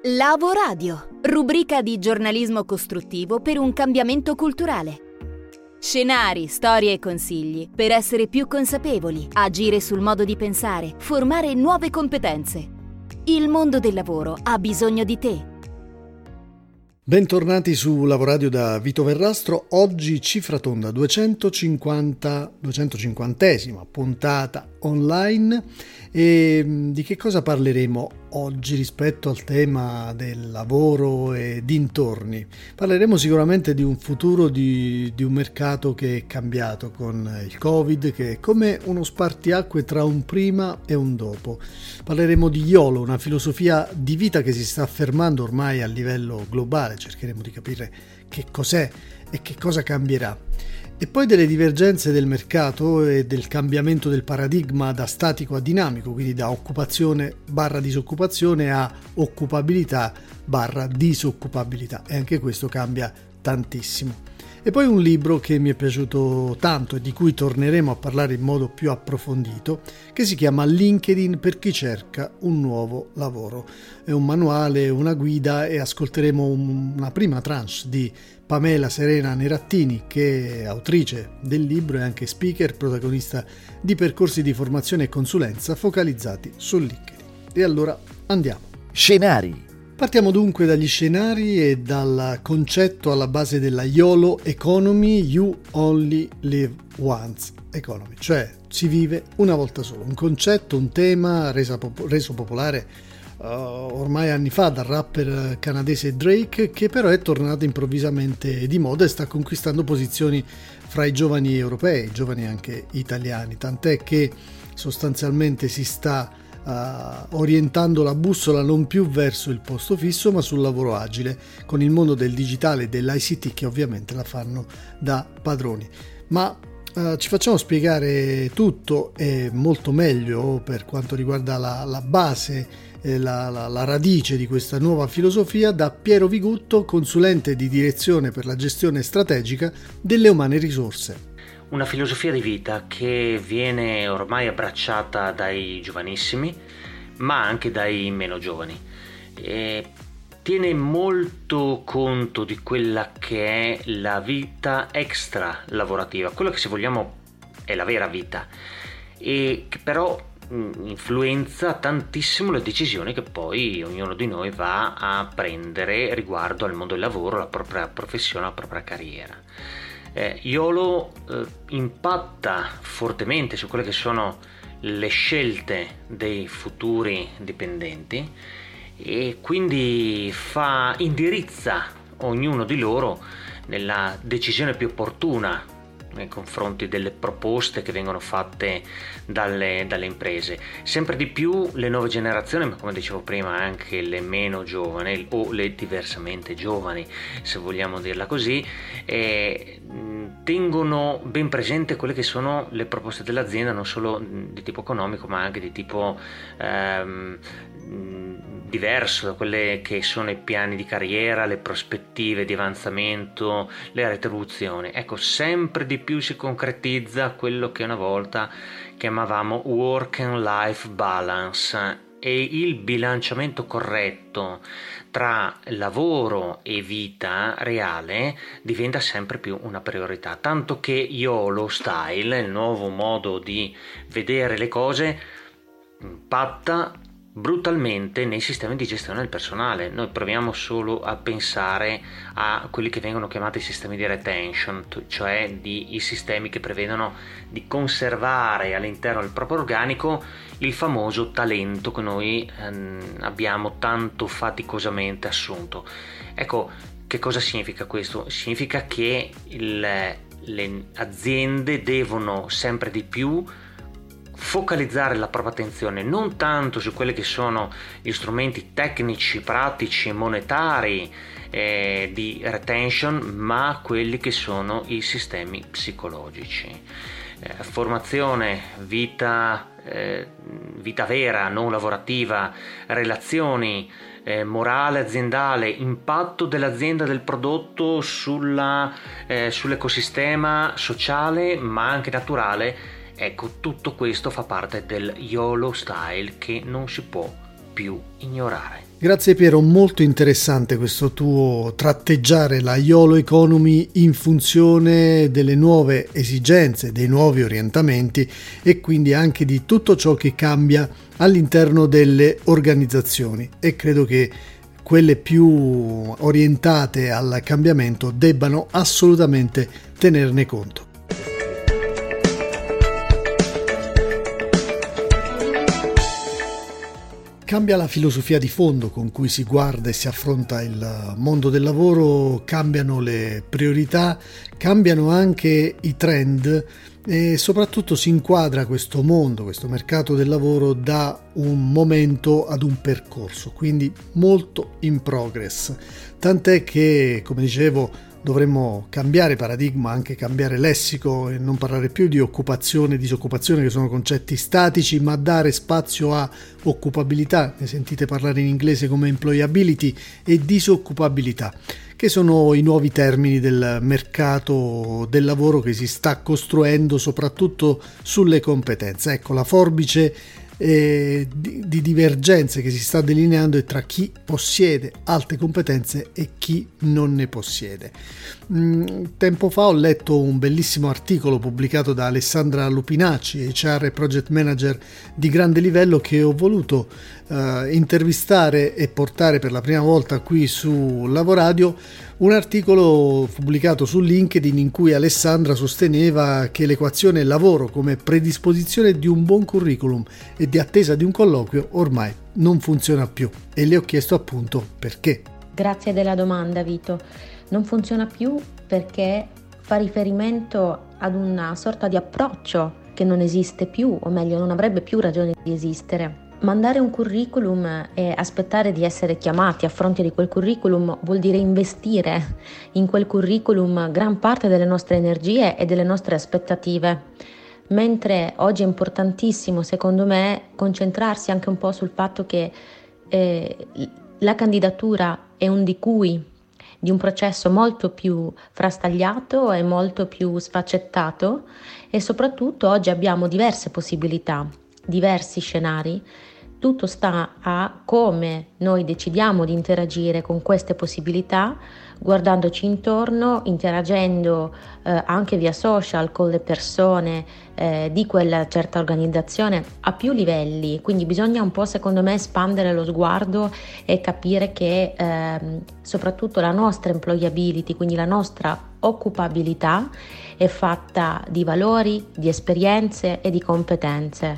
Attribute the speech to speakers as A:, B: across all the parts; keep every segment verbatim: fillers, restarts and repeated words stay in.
A: Lavoradio, rubrica di giornalismo costruttivo per un cambiamento culturale. Scenari, storie e consigli per essere più consapevoli, agire sul modo di pensare, formare nuove competenze. Il mondo del lavoro ha bisogno di te.
B: Bentornati su Lavoradio da Vito Verrastro. Oggi cifra tonda, duecentocinquanta, duecentocinquantesima puntata online. E di che cosa parleremo oggi rispetto al tema del lavoro e dintorni? Parleremo sicuramente di un futuro di, di un mercato che è cambiato con il Covid, che è come uno spartiacque tra un prima e un dopo. Parleremo di YOLO, una filosofia di vita che si sta affermando ormai a livello globale. Cercheremo di capire che cos'è e che cosa cambierà. E poi delle divergenze del mercato e del cambiamento del paradigma da statico a dinamico, quindi da occupazione barra disoccupazione a occupabilità barra disoccupabilità, e anche questo cambia tantissimo. E poi un libro che mi è piaciuto tanto e di cui torneremo a parlare in modo più approfondito, che si chiama LinkedIn per chi cerca un nuovo lavoro. È un manuale, una guida, e ascolteremo una prima tranche di Pamela Serena Nerattini, che è autrice del libro e anche speaker, protagonista di percorsi di formazione e consulenza focalizzati su LinkedIn. E allora andiamo.
C: Scenari.
B: Partiamo dunque dagli scenari e dal concetto alla base della YOLO Economy, You Only Live Once Economy, cioè si vive una volta solo. Un concetto, un tema resa pop- reso popolare uh, ormai anni fa dal rapper canadese Drake, che però è tornato improvvisamente di moda e sta conquistando posizioni fra i giovani europei, giovani anche italiani, tant'è che sostanzialmente si sta Uh, orientando la bussola non più verso il posto fisso ma sul lavoro agile, con il mondo del digitale e dell'I C T che ovviamente la fanno da padroni. Ma uh, ci facciamo spiegare tutto e molto meglio per quanto riguarda la, la base e la, la, la radice di questa nuova filosofia da Piero Vigutto, consulente di direzione per la gestione strategica delle umane risorse.
D: Una filosofia di vita che viene ormai abbracciata dai giovanissimi, ma anche dai meno giovani. E tiene molto conto di quella che è la vita extra lavorativa, quello che se vogliamo è la vera vita, e che però influenza tantissimo le decisioni che poi ognuno di noi va a prendere riguardo al mondo del lavoro, la propria professione, la propria carriera. Eh, YOLO eh, impatta fortemente su quelle che sono le scelte dei futuri dipendenti e quindi fa indirizza ognuno di loro nella decisione più opportuna nei confronti delle proposte che vengono fatte dalle, dalle imprese. Sempre di più le nuove generazioni, ma come dicevo prima anche le meno giovani o le diversamente giovani, se vogliamo dirla così, eh, tengono ben presente quelle che sono le proposte dell'azienda, non solo di tipo economico ma anche di tipo ehm, diverso da quelle che sono i piani di carriera, le prospettive di avanzamento, le retribuzioni. Ecco, sempre di più si concretizza quello che una volta chiamavamo work and life balance, e il bilanciamento corretto tra lavoro e vita reale diventa sempre più una priorità, tanto che YOLO Style, il nuovo modo di vedere le cose, impatta brutalmente nei sistemi di gestione del personale. Noi proviamo solo a pensare a quelli che vengono chiamati sistemi di retention, cioè di, i sistemi che prevedono di conservare all'interno del proprio organico il famoso talento che noi ehm, abbiamo tanto faticosamente assunto. Ecco, che cosa significa questo? Significa che il, le aziende devono sempre di più focalizzare la propria attenzione non tanto su quelli che sono gli strumenti tecnici, pratici, monetari eh, di retention, ma quelli che sono i sistemi psicologici. Eh, formazione, vita, eh, vita vera, non lavorativa, relazioni, eh, morale aziendale, impatto dell'azienda, del prodotto sulla, eh, sull'ecosistema sociale ma anche naturale. Ecco, tutto questo fa parte del YOLO Style che non si può più ignorare.
B: Grazie Piero, molto interessante questo tuo tratteggiare la YOLO Economy in funzione delle nuove esigenze, dei nuovi orientamenti e quindi anche di tutto ciò che cambia all'interno delle organizzazioni, e credo che quelle più orientate al cambiamento debbano assolutamente tenerne conto. Cambia la filosofia di fondo con cui si guarda e si affronta il mondo del lavoro, cambiano le priorità, cambiano anche i trend e soprattutto si inquadra questo mondo, questo mercato del lavoro da un momento ad un percorso, quindi molto in progress. Tant'è che, come dicevo, dovremmo cambiare paradigma, anche cambiare lessico e non parlare più di occupazione e disoccupazione, che sono concetti statici, ma dare spazio a occupabilità, ne sentite parlare in inglese come employability, e disoccupabilità, che sono i nuovi termini del mercato del lavoro che si sta costruendo soprattutto sulle competenze. Ecco, la forbice eh, di, di divergenze che si sta delineando è tra chi possiede alte competenze e chi non ne possiede. Mm, tempo fa ho letto un bellissimo articolo pubblicato da Alessandra Lupinacci, H R Project Manager di grande livello, che ho voluto eh, intervistare e portare per la prima volta qui su Lavoradio. Un articolo pubblicato su LinkedIn in cui Alessandra sosteneva che l'equazione lavoro come predisposizione di un buon curriculum e di attesa di un colloquio ormai non funziona più, e le ho chiesto appunto perché.
C: Grazie della domanda, Vito. Non funziona più perché fa riferimento ad una sorta di approccio che non esiste più, o meglio non avrebbe più ragione di esistere. Mandare un curriculum e aspettare di essere chiamati a fronte di quel curriculum vuol dire investire in quel curriculum gran parte delle nostre energie e delle nostre aspettative, mentre oggi è importantissimo, secondo me, concentrarsi anche un po' sul fatto che eh, la candidatura è un di cui di un processo molto più frastagliato e molto più sfaccettato, e soprattutto oggi abbiamo diverse possibilità, diversi scenari. Tutto sta a come noi decidiamo di interagire con queste possibilità, guardandoci intorno, interagendo eh, anche via social con le persone eh, di quella certa organizzazione a più livelli. Quindi bisogna un po', secondo me, espandere lo sguardo e capire che eh, soprattutto la nostra employability, quindi la nostra occupabilità, è fatta di valori, di esperienze e di competenze.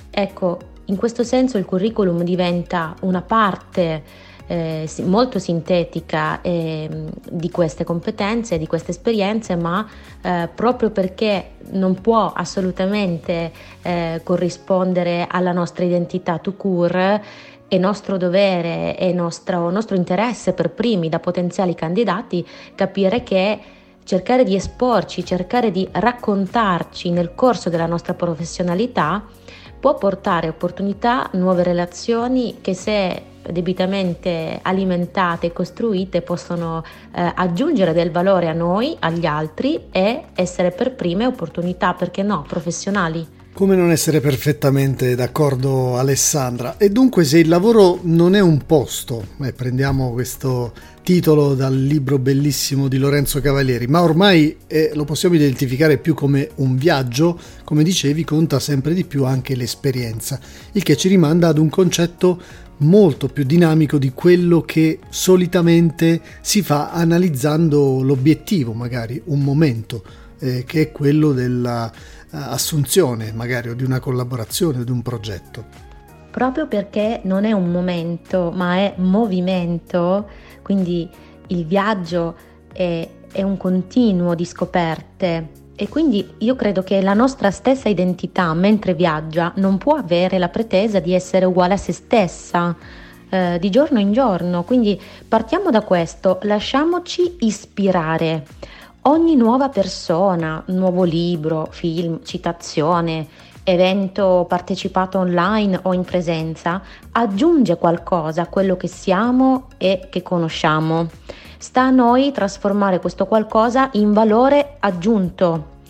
C: Ecco, in questo senso il curriculum diventa una parte eh, molto sintetica eh, di queste competenze, di queste esperienze, ma eh, proprio perché non può assolutamente eh, corrispondere alla nostra identità tout court, è nostro dovere e nostro, nostro interesse per primi da potenziali candidati capire che cercare di esporci, cercare di raccontarci nel corso della nostra professionalità può portare opportunità, nuove relazioni che, se debitamente alimentate e costruite, possono eh, aggiungere del valore a noi, agli altri, e essere per prime opportunità, perché no, professionali.
B: Come non essere perfettamente d'accordo, Alessandra? E dunque, se il lavoro non è un posto, eh, prendiamo questo titolo dal libro bellissimo di Lorenzo Cavalieri, ma ormai eh, lo possiamo identificare più come un viaggio, come dicevi, conta sempre di più anche l'esperienza, il che ci rimanda ad un concetto molto più dinamico di quello che solitamente si fa analizzando l'obiettivo, magari un momento, eh, che è quello della assunzione magari, o di una collaborazione o di un progetto.
C: Proprio perché non è un momento ma è movimento, quindi il viaggio è, è un continuo di scoperte, e quindi io credo che la nostra stessa identità mentre viaggia non può avere la pretesa di essere uguale a se stessa eh, di giorno in giorno. Quindi partiamo da questo, lasciamoci ispirare. Ogni nuova persona, nuovo libro, film, citazione, evento partecipato online o in presenza aggiunge qualcosa a quello che siamo e che conosciamo. Sta a noi trasformare questo qualcosa in valore aggiunto.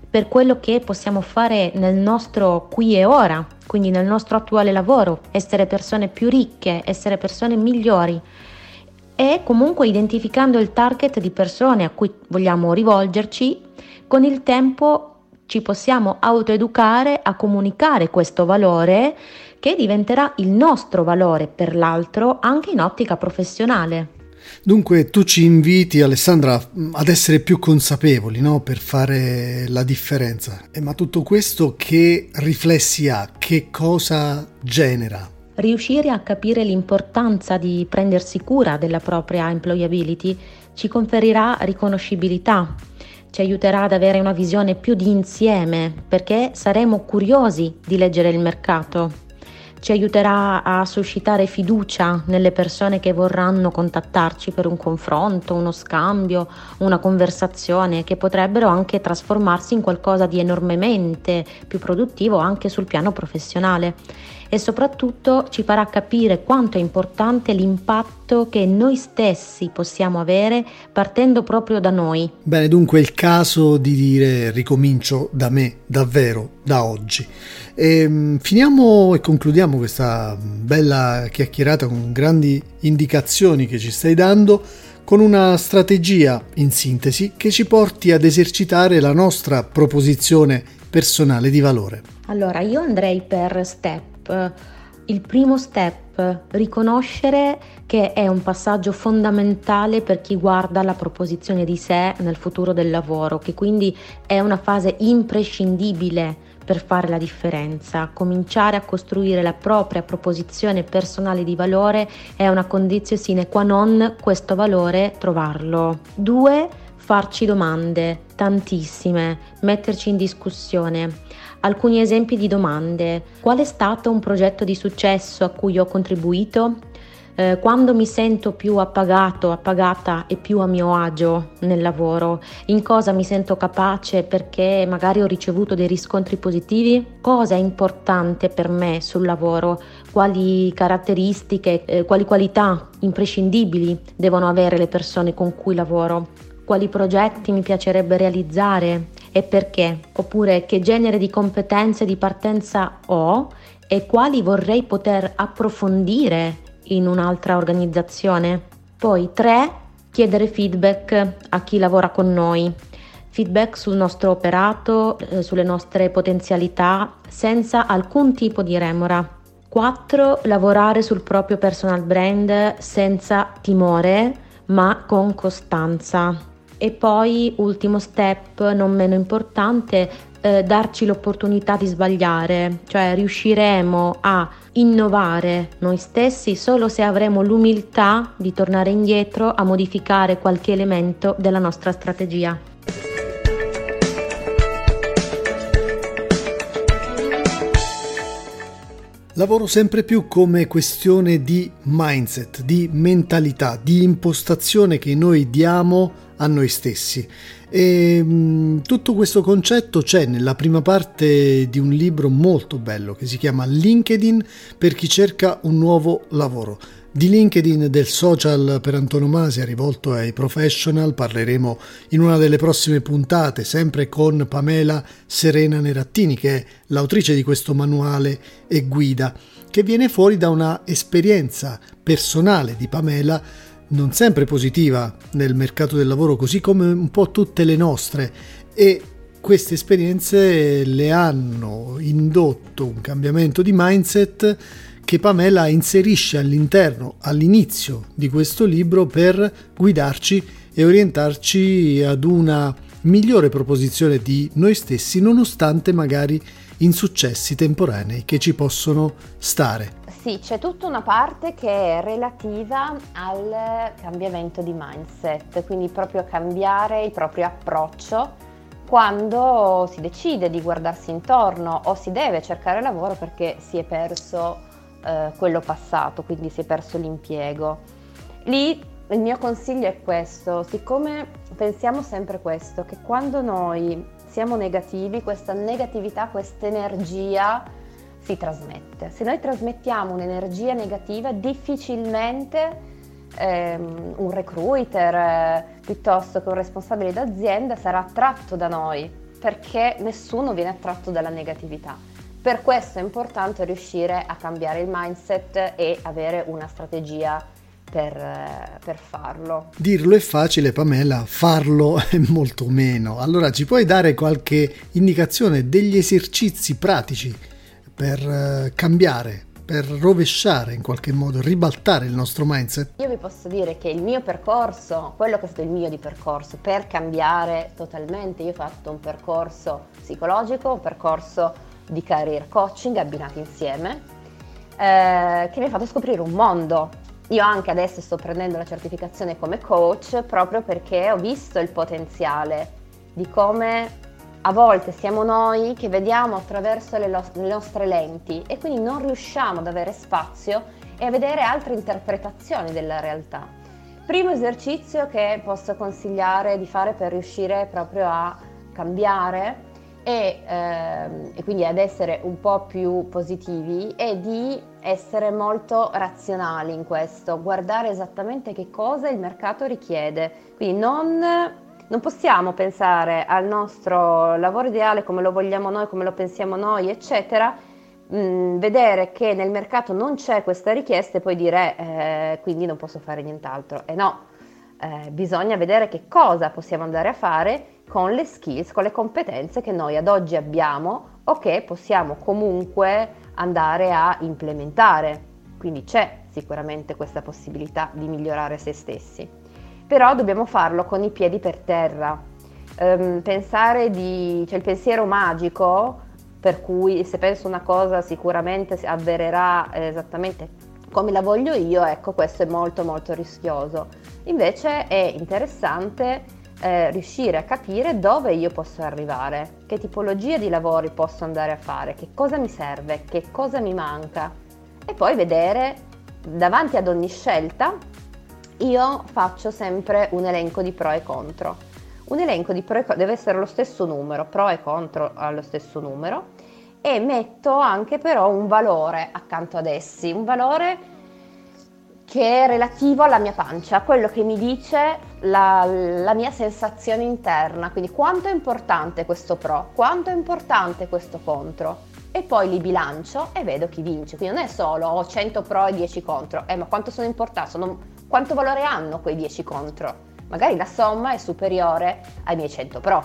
C: per quello che possiamo fare nel nostro qui e ora, quindi nel nostro attuale lavoro, essere persone più ricche, essere persone migliori, e comunque identificando il target di persone a cui vogliamo rivolgerci. Con il tempo ci possiamo autoeducare a comunicare questo valore, che diventerà il nostro valore per l'altro anche in ottica professionale.
B: Dunque tu ci inviti, Alessandra, ad essere più consapevoli, no? Per fare la differenza. Eh, ma tutto questo che riflessi ha? Che cosa genera?
C: Riuscire a capire l'importanza di prendersi cura della propria employability ci conferirà riconoscibilità, ci aiuterà ad avere una visione più di insieme, perché saremo curiosi di leggere il mercato. Ci aiuterà a suscitare fiducia nelle persone che vorranno contattarci per un confronto, uno scambio, una conversazione che potrebbero anche trasformarsi in qualcosa di enormemente più produttivo anche sul piano professionale. E soprattutto ci farà capire quanto è importante l'impatto che noi stessi possiamo avere partendo proprio da noi.
B: Bene, dunque è il caso di dire ricomincio da me, davvero, da oggi. E, finiamo e concludiamo questa bella chiacchierata con grandi indicazioni che ci stai dando, con una strategia in sintesi che ci porti ad esercitare la nostra proposizione personale di valore.
C: Allora, io andrei per step. Il primo step, riconoscere che è un passaggio fondamentale per chi guarda la proposizione di sé nel futuro del lavoro, che quindi è una fase imprescindibile per fare la differenza. Cominciare a costruire la propria proposizione personale di valore è una condizione sine qua non, questo valore trovarlo. Due, farci domande, tantissime, metterci in discussione. Alcuni esempi di domande: qual è stato un progetto di successo a cui ho contribuito? Eh, quando mi sento più appagato, appagata e più a mio agio nel lavoro? In cosa mi sento capace perché magari ho ricevuto dei riscontri positivi? Cosa è importante per me sul lavoro? Quali caratteristiche, eh, quali qualità imprescindibili devono avere le persone con cui lavoro? Quali progetti mi piacerebbe realizzare e perché? Oppure che genere di competenze di partenza ho e quali vorrei poter approfondire in un'altra organizzazione? Poi tre, chiedere feedback a chi lavora con noi. Feedback sul nostro operato, eh, sulle nostre potenzialità, senza alcun tipo di remora. quattro, lavorare sul proprio personal brand senza timore, ma con costanza. E poi, ultimo step, non meno importante, eh, darci l'opportunità di sbagliare, cioè riusciremo a innovare noi stessi solo se avremo l'umiltà di tornare indietro a modificare qualche elemento della nostra strategia.
B: Lavoro sempre più come questione di mindset, di mentalità, di impostazione che noi diamo a noi stessi. E mh, tutto questo concetto c'è nella prima parte di un libro molto bello che si chiama LinkedIn per chi cerca un nuovo lavoro. Di LinkedIn, del social per antonomasia rivolto ai professional, parleremo in una delle prossime puntate, sempre con Pamela Serena Nerattini, che è l'autrice di questo manuale e guida, che viene fuori da una esperienza personale di Pamela, non sempre positiva nel mercato del lavoro, così come un po' tutte le nostre, e queste esperienze le hanno indotto un cambiamento di mindset che Pamela inserisce all'interno, all'inizio di questo libro, per guidarci e orientarci ad una migliore proposizione di noi stessi, nonostante magari insuccessi temporanei che ci possono stare.
E: Sì, c'è tutta una parte che è relativa al cambiamento di mindset, quindi proprio cambiare il proprio approccio quando si decide di guardarsi intorno o si deve cercare lavoro perché si è perso eh, quello passato, quindi si è perso l'impiego. Lì il mio consiglio è questo: siccome pensiamo sempre questo, che quando noi siamo negativi, questa negatività, questa energia si trasmette. Se noi trasmettiamo un'energia negativa, difficilmente ehm, un recruiter eh, piuttosto che un responsabile d'azienda sarà attratto da noi. perché nessuno viene attratto dalla negatività. Per questo è importante riuscire a cambiare il mindset e avere una strategia per, per farlo.
B: Dirlo è facile, Pamela, farlo è molto meno. Allora ci puoi dare qualche indicazione, degli esercizi pratici per cambiare, per rovesciare in qualche modo, ribaltare il nostro mindset?
E: Io vi posso dire che il mio percorso, quello che è stato il mio di percorso per cambiare totalmente, io ho fatto un percorso psicologico, un percorso di career coaching abbinati insieme, eh, che mi ha fatto scoprire un mondo. Io anche adesso sto prendendo la certificazione come coach proprio perché ho visto il potenziale di come a volte siamo noi che vediamo attraverso le, lo- le nostre lenti e quindi non riusciamo ad avere spazio e a vedere altre interpretazioni della realtà. Primo esercizio che posso consigliare di fare per riuscire proprio a cambiare e, ehm, e quindi ad essere un po' più positivi è di essere molto razionali in questo, guardare esattamente che cosa il mercato richiede, quindi non... Non possiamo pensare al nostro lavoro ideale come lo vogliamo noi, come lo pensiamo noi, eccetera, mh, vedere che nel mercato non c'è questa richiesta e poi dire eh, quindi non posso fare nient'altro. E no, eh, bisogna vedere che cosa possiamo andare a fare con le skills, con le competenze che noi ad oggi abbiamo o che possiamo comunque andare a implementare. Quindi c'è sicuramente questa possibilità di migliorare se stessi. Però dobbiamo farlo con i piedi per terra, um, pensare di, cioè il pensiero magico per cui se penso una cosa sicuramente si avvererà esattamente come la voglio io, ecco questo è molto molto rischioso. Invece è interessante eh, riuscire a capire dove io posso arrivare, che tipologia di lavori posso andare a fare, che cosa mi serve, che cosa mi manca e poi vedere davanti ad ogni scelta. Io faccio sempre un elenco di pro e contro. Un elenco di pro e contro deve essere lo stesso numero, pro e contro allo stesso numero, e metto anche però un valore accanto ad essi, un valore che è relativo alla mia pancia, quello che mi dice la, la mia sensazione interna, quindi quanto è importante questo pro, quanto è importante questo contro. E poi li bilancio e vedo chi vince. Quindi non è solo ho cento pro e dieci contro, eh, ma quanto sono importanti, sono, quanto valore hanno quei dieci contro? Magari la somma è superiore ai miei cento pro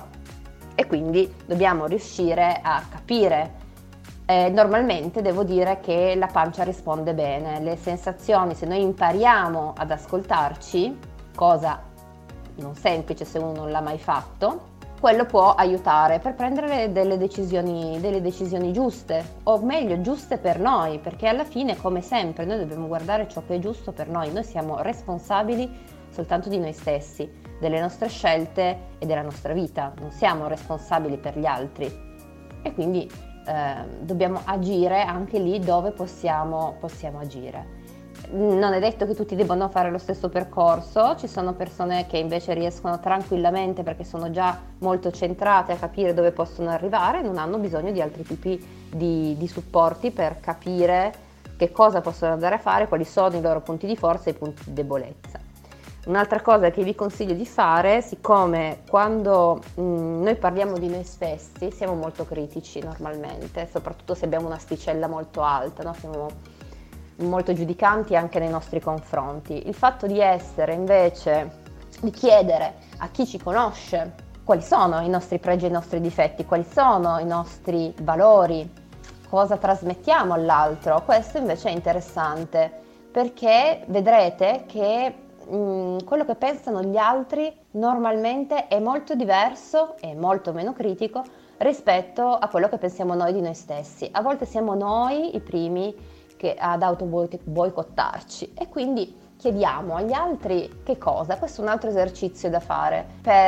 E: e quindi dobbiamo riuscire a capire. Eh, normalmente devo dire che la pancia risponde bene, le sensazioni, se noi impariamo ad ascoltarci, cosa non semplice se uno non l'ha mai fatto, quello può aiutare per prendere delle decisioni, delle decisioni giuste, o meglio giuste per noi, perché alla fine, come sempre, noi dobbiamo guardare ciò che è giusto per noi. Noi siamo responsabili soltanto di noi stessi, delle nostre scelte e della nostra vita, non siamo responsabili per gli altri e quindi eh, dobbiamo agire anche lì dove possiamo, possiamo agire. Non è detto che tutti debbano fare lo stesso percorso, ci sono persone che invece riescono tranquillamente perché sono già molto centrate a capire dove possono arrivare, non hanno bisogno di altri tipi di, di supporti per capire che cosa possono andare a fare, quali sono i loro punti di forza e i punti di debolezza. Un'altra cosa che vi consiglio di fare, siccome quando mh, noi parliamo di noi stessi siamo molto critici normalmente, soprattutto se abbiamo un'asticella molto alta, no? Siamo molto giudicanti anche nei nostri confronti. Il fatto di essere invece, di chiedere a chi ci conosce quali sono i nostri pregi e i nostri difetti, quali sono i nostri valori, cosa trasmettiamo all'altro, questo invece è interessante perché vedrete che mh, quello che pensano gli altri normalmente è molto diverso e molto meno critico rispetto a quello che pensiamo noi di noi stessi. A volte siamo noi i primi che ad auto-boicottarci e quindi chiediamo agli altri che cosa. Questo è un altro esercizio da fare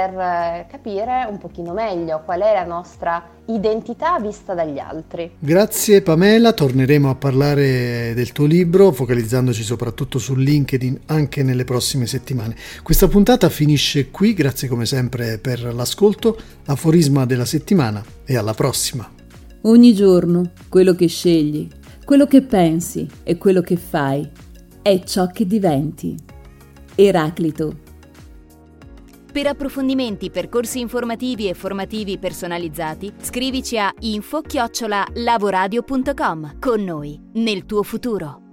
E: per capire un pochino meglio qual è la nostra identità vista dagli altri.
B: Grazie Pamela, torneremo a parlare del tuo libro focalizzandoci soprattutto su LinkedIn anche nelle prossime settimane. Questa puntata finisce qui, grazie come sempre per l'ascolto, aforisma della settimana e alla prossima.
F: Ogni giorno quello che scegli, quello che pensi e quello che fai è ciò che diventi. Eraclito.
A: Per approfondimenti, percorsi informativi e formativi personalizzati, scrivici a info chiocciola lavoradio punto com. Con noi, nel tuo futuro.